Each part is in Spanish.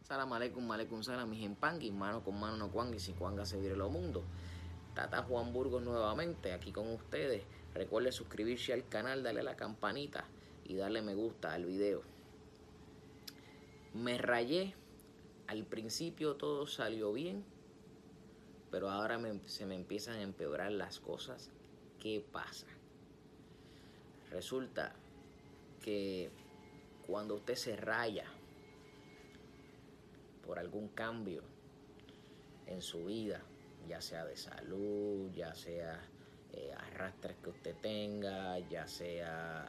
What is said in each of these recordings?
Salam aleikum, aleikum salam, mis empangui, mano con mano no cuangui, si cuanga se vire lo mundo. Tata Juan Burgos nuevamente, aquí con ustedes. Recuerde suscribirse al canal, darle a la campanita y darle me gusta al video. Me rayé, al principio todo salió bien, pero ahora se me empiezan a empeorar las cosas. ¿Qué pasa? Resulta que cuando usted se raya por algún cambio en su vida, ya sea de salud, ya sea arrastres que usted tenga, ya sea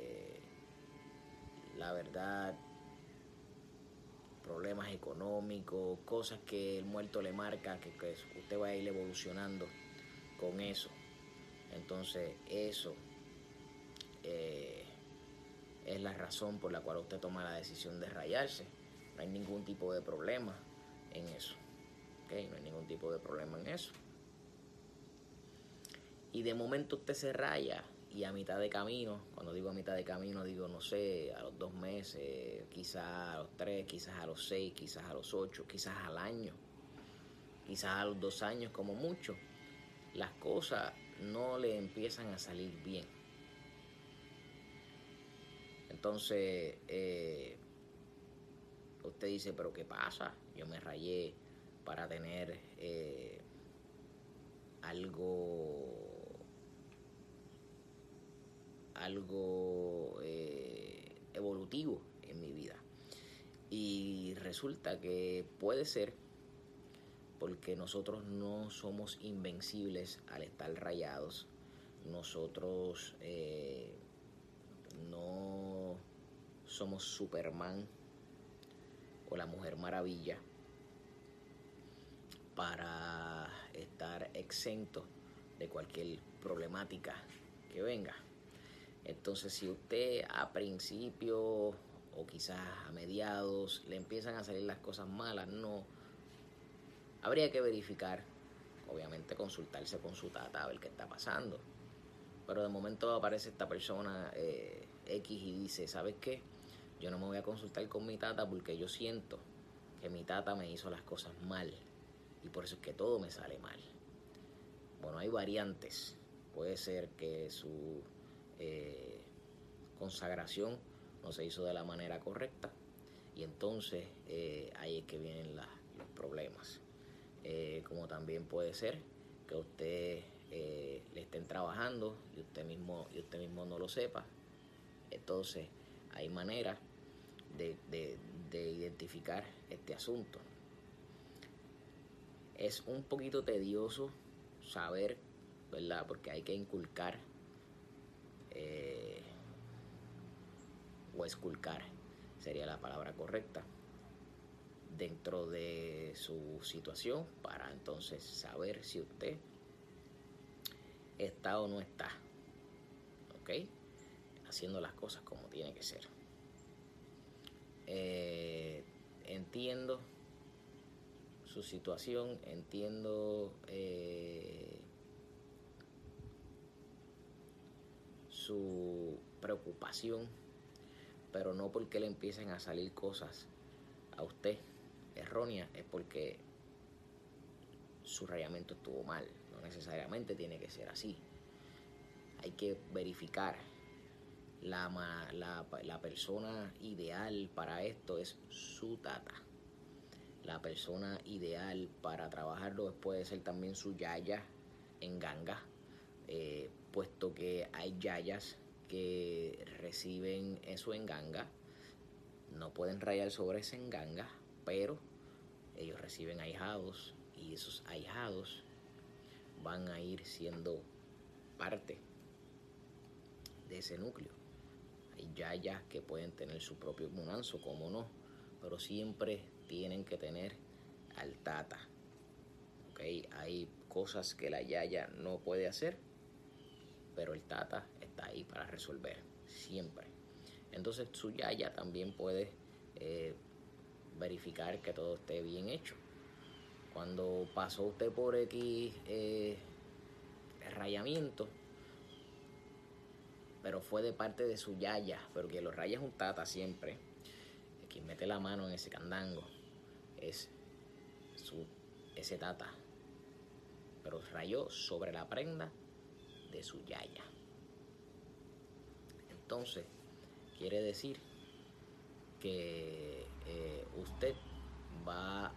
la verdad, problemas económicos, cosas que el muerto le marca, que usted va a ir evolucionando con eso. Entonces eso es la razón por la cual usted toma la decisión de rayarse. No hay ningún tipo de problema en eso. ¿Okay? No hay ningún tipo de problema en eso. Y de momento usted se raya y a mitad de camino, cuando digo a mitad de camino, digo, no sé, a los 2 meses, quizás a los 3, quizás a los 6, quizás a los 8, quizás al año, quizás a los 2 años como mucho, las cosas no le empiezan a salir bien. Entonces, usted dice, pero ¿qué pasa? Yo me rayé para tener algo evolutivo en mi vida. Y resulta que puede ser porque nosotros no somos invencibles al estar rayados. Nosotros no somos Superman o la Mujer Maravilla para estar exento de cualquier problemática que venga. Entonces, si usted a principio o quizás a mediados le empiezan a salir las cosas malas, no, habría que verificar, obviamente consultarse con su tata a ver qué está pasando. Pero de momento aparece esta persona X y dice, ¿sabes qué? Yo no me voy a consultar con mi tata porque yo siento que mi tata me hizo las cosas mal y por eso es que todo me sale mal. Bueno, hay variantes. Puede ser que su consagración no se hizo de la manera correcta y entonces ahí es que vienen los problemas. Como también puede ser que usted le estén trabajando y usted mismo no lo sepa. Entonces hay maneras de identificar este asunto. Es un poquito tedioso saber, ¿verdad? Porque hay que inculcar o esculcar sería la palabra correcta dentro de su situación para entonces saber si usted está o no está, ¿ok? Haciendo las cosas como tiene que ser. Entiendo su situación, entiendo su preocupación, pero no porque le empiecen a salir cosas a usted erróneas, es porque su rayamiento estuvo mal. No necesariamente tiene que ser así. Hay que verificar. La persona ideal para esto es su tata. La persona ideal para trabajarlo puede ser también su yaya en ganga, puesto que hay yayas que reciben eso en ganga, no pueden rayar sobre ese en ganga, pero ellos reciben ahijados y esos ahijados van a ir siendo parte de ese núcleo. Hay yayas que pueden tener su propio munanzo, como no, pero siempre tienen que tener al tata. ¿Okay? Hay cosas que la yaya no puede hacer, pero el tata está ahí para resolver, siempre. Entonces su yaya también puede verificar que todo esté bien hecho. Cuando pasó usted por X rayamiento, pero fue de parte de su yaya, pero que lo raya es un tata siempre, quien mete la mano en ese candango. es ese tata, pero rayó sobre la prenda de su yaya. Entonces, quiere decir que usted va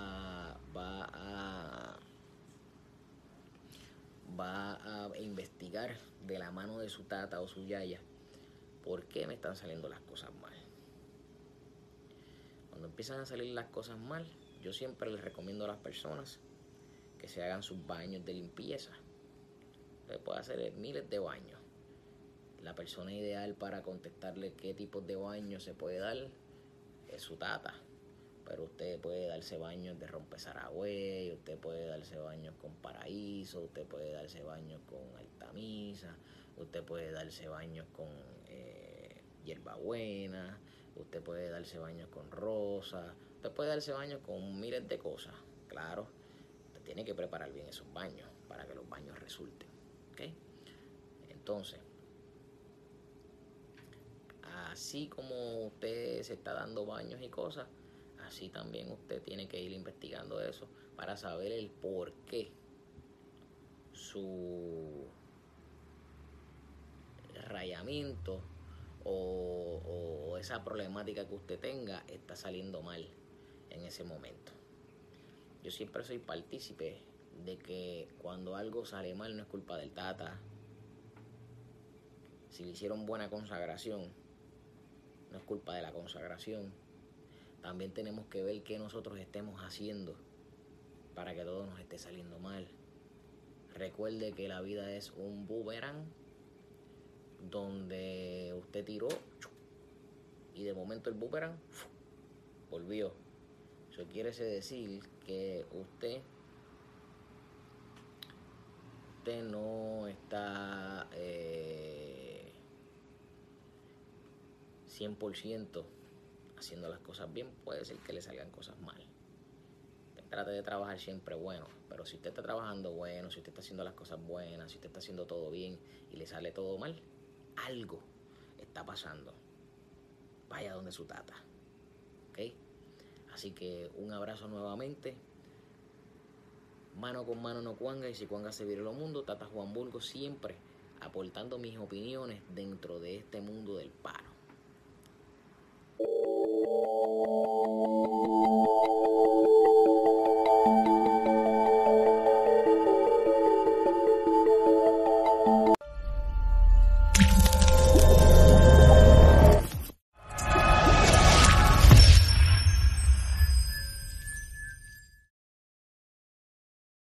a investigar de la mano de su tata o su yaya por qué me están saliendo las cosas mal. Cuando empiezan a salir las cosas mal, yo siempre les recomiendo a las personas que se hagan sus baños de limpieza. Usted puede hacer miles de baños. La persona ideal para contestarle qué tipos de baños se puede dar es su tata. Pero usted puede darse baños de rompezaragüey, usted puede darse baños con paraíso, usted puede darse baños con altamisa, usted puede darse baños con hierbabuena, usted puede darse baños con rosa, usted puede darse baños con miles de cosas. Claro, usted tiene que preparar bien esos baños para que los baños resulten. ¿Okay? Entonces, así como usted se está dando baños y cosas, así también usted tiene que ir investigando eso para saber el por qué su rayamiento o esa problemática que usted tenga está saliendo mal en ese momento. Yo siempre soy partícipe de que cuando algo sale mal no es culpa del tata. Si le hicieron buena consagración, no es culpa de la consagración. También tenemos que ver qué nosotros estemos haciendo para que todo nos esté saliendo mal. Recuerde que la vida es un boomerang donde usted tiró y de momento el boomerang volvió. Eso quiere decir que usted no está 100% haciendo las cosas bien. Puede ser que le salgan cosas mal. Trate de trabajar siempre bueno, pero si usted está trabajando bueno, si usted está haciendo las cosas buenas, si usted está haciendo todo bien y le sale todo mal, algo está pasando. Vaya donde su tata. ¿Ok? Así que un abrazo nuevamente. Mano con mano no cuanga, y si cuanga se vire lo mundo. Tata Juan Burgos siempre aportando mis opiniones dentro de este mundo del paro.